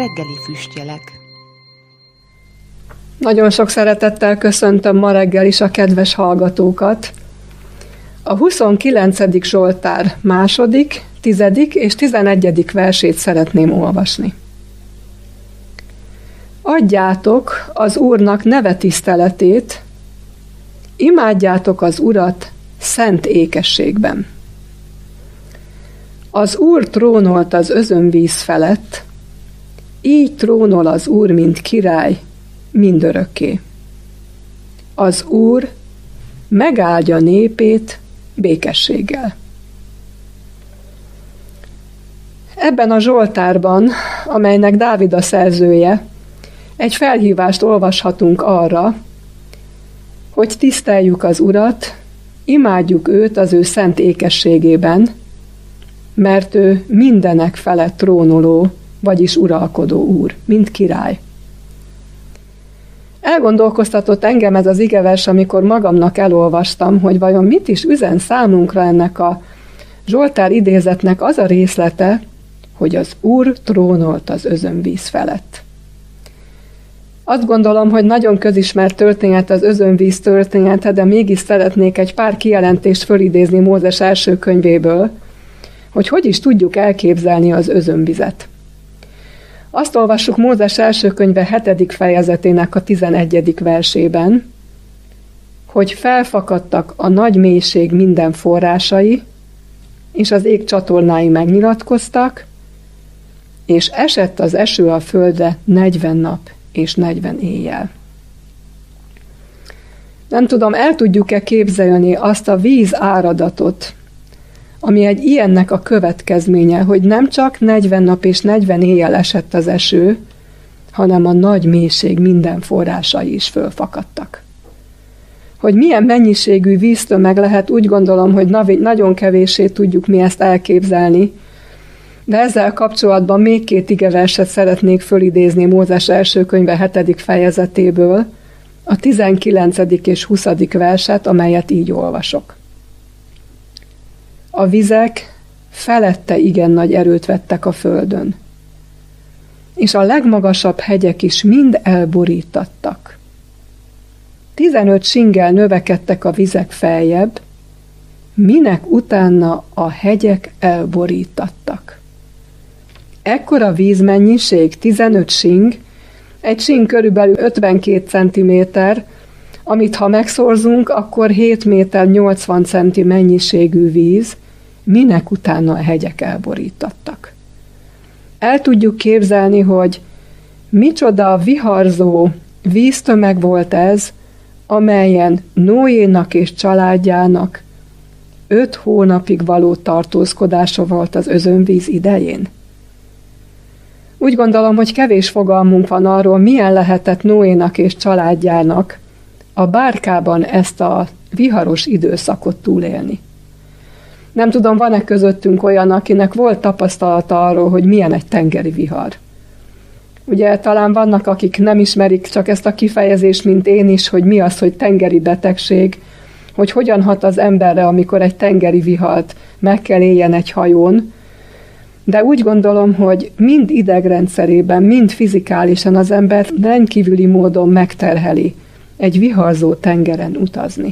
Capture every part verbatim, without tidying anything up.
Reggeli füstjelek. Nagyon sok szeretettel köszöntöm ma reggel is a kedves hallgatókat. A huszonkilencedik Zsoltár második, tizedik és tizenegyedik versét szeretném olvasni. Adjátok az Úrnak nevetiszteletét, imádjátok az Urat szent ékességben. Az Úr trónolt az özönvíz felett, így trónol az Úr, mint király, mindörökké. Az Úr megáldja népét békességgel. Ebben a Zsoltárban, amelynek Dávid a szerzője, egy felhívást olvashatunk arra, hogy tiszteljük az Urat, imádjuk őt az ő szent ékességében, mert ő mindenek felett trónoló, vagyis uralkodó úr, mint király. Elgondolkoztatott engem ez az igevers, amikor magamnak elolvastam, hogy vajon mit is üzen számunkra ennek a Zsoltár idézetnek az a részlete, hogy az Úr trónolt az özönvíz felett. Azt gondolom, hogy nagyon közismert történet az özönvíz története, de mégis szeretnék egy pár kijelentést fölidézni Mózes első könyvéből, hogy hogy is tudjuk elképzelni az özönvizet. Azt olvassuk Mózes első könyve hetedik fejezetének a tizenegyedik versében, hogy felfakadtak a nagy mélység minden forrásai, és az ég csatornái megnyilatkoztak, és esett az eső a földre negyven nap és negyven éjjel. Nem tudom, el tudjuk-e képzelni azt a víz áradatot, ami egy ilyennek a következménye, hogy nem csak negyven nap és negyven éjjel esett az eső, hanem a nagy mélység minden forrásai is fölfakadtak. Hogy milyen mennyiségű víztömeg lehet, úgy gondolom, hogy nagyon kevéssé tudjuk mi ezt elképzelni, de ezzel kapcsolatban még két igeverset szeretnék fölidézni Mózes első könyve hetedik fejezetéből, a tizenkilencedik és huszadik verset, amelyet így olvasok. A vizek felette igen nagy erőt vettek a földön, és a legmagasabb hegyek is mind elborítattak. Tizenöt singel növekedtek a vizek feljebb, minek utána a hegyek elborítattak. Ekkora vízmennyiség, tizenöt sing, egy sing körülbelül ötvenkét centiméter, amit ha megszorzunk, akkor hét méter nyolcvan centi mennyiségű víz, minek utána a hegyek elborítattak. El tudjuk képzelni, hogy micsoda viharzó víztömeg volt ez, amelyen Noénak és családjának öt hónapig való tartózkodása volt az özönvíz idején. Úgy gondolom, hogy kevés fogalmunk van arról, milyen lehetett Noénak és családjának a bárkában ezt a viharos időszakot túlélni. Nem tudom, van-e közöttünk olyan, akinek volt tapasztalata arról, hogy milyen egy tengeri vihar. Ugye talán vannak, akik nem ismerik csak ezt a kifejezést, mint én is, hogy mi az, hogy tengeri betegség, hogy hogyan hat az emberre, amikor egy tengeri vihart meg kell éljen egy hajón, de úgy gondolom, hogy mind idegrendszerében, mind fizikálisan az ember rendkívüli módon megterheli egy viharzó tengeren utazni.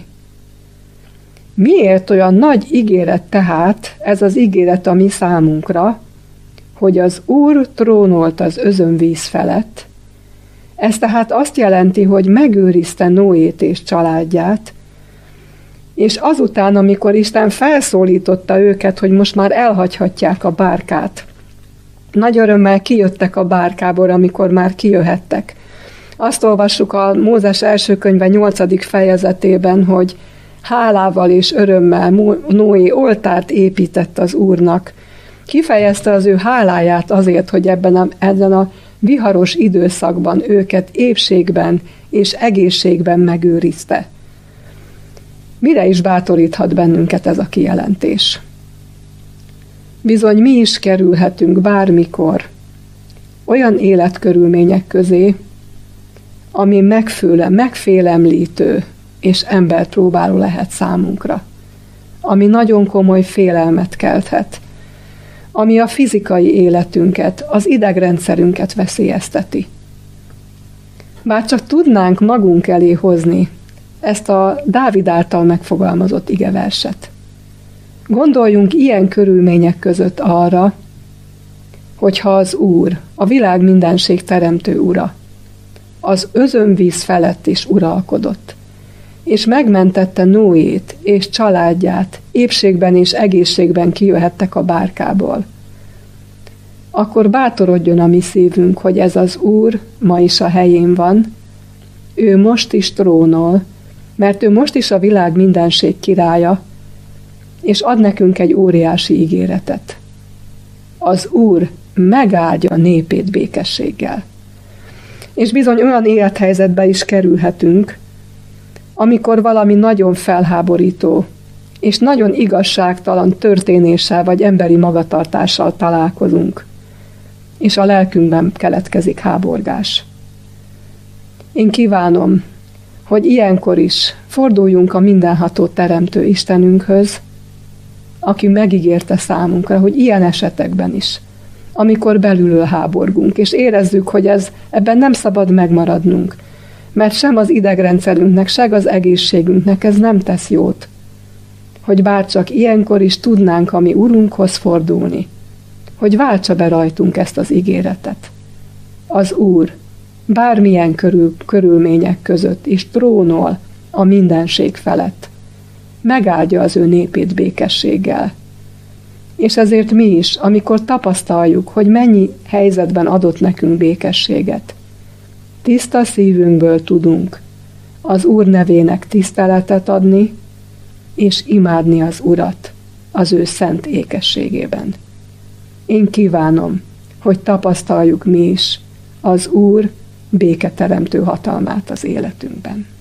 Miért olyan nagy ígéret tehát ez az ígéret a mi számunkra, hogy az Úr trónolt az özönvíz felett? Ez tehát azt jelenti, hogy megőrizte Noét és családját, és azután, amikor Isten felszólította őket, hogy most már elhagyhatják a bárkát, nagy örömmel kijöttek a bárkából, amikor már kijöhettek. Azt olvassuk a Mózes első könyve nyolcadik fejezetében, hogy hálával és örömmel Noé oltárt épített az Úrnak. Kifejezte az ő háláját azért, hogy ebben a, ebben a viharos időszakban őket épségben és egészségben megőrizte. Mire is bátoríthat bennünket ez a kijelentés? Bizony mi is kerülhetünk bármikor olyan életkörülmények közé, ami megfőle, megfélemlítő és emberpróbáló lehet számunkra, ami nagyon komoly félelmet kelthet, ami a fizikai életünket, az idegrendszerünket veszélyezteti. Bár csak tudnánk magunk elé hozni ezt a Dávid által megfogalmazott igeverset. Gondoljunk ilyen körülmények között arra, hogyha az Úr, a világ mindenség teremtő ura, az özönvíz felett is uralkodott, és megmentette Noét és családját, épségben és egészségben kijöhettek a bárkából. Akkor bátorodjon a mi szívünk, hogy ez az Úr ma is a helyén van, ő most is trónol, mert ő most is a világ mindenség királya, és ad nekünk egy óriási ígéretet. Az Úr megáldja népét békességgel. És bizony olyan élethelyzetbe is kerülhetünk, amikor valami nagyon felháborító és nagyon igazságtalan történéssel vagy emberi magatartással találkozunk, és a lelkünkben keletkezik háborgás. Én kívánom, hogy ilyenkor is forduljunk a mindenható teremtő Istenünkhöz, aki megígérte számunkra, hogy ilyen esetekben is, amikor belülről háborgunk, és érezzük, hogy ez, ebben nem szabad megmaradnunk, mert sem az idegrendszerünknek, sem az egészségünknek ez nem tesz jót, hogy bárcsak ilyenkor is tudnánk a mi Urunkhoz fordulni, hogy váltsa be rajtunk ezt az ígéretet. Az Úr bármilyen körül, körülmények között is trónol a mindenség felett, megáldja az ő népét békességgel. És ezért mi is, amikor tapasztaljuk, hogy mennyi helyzetben adott nekünk békességet, tiszta szívünkből tudunk az Úr nevének tiszteletet adni, és imádni az Urat az ő szent ékességében. Én kívánom, hogy tapasztaljuk mi is az Úr béketeremtő hatalmát az életünkben.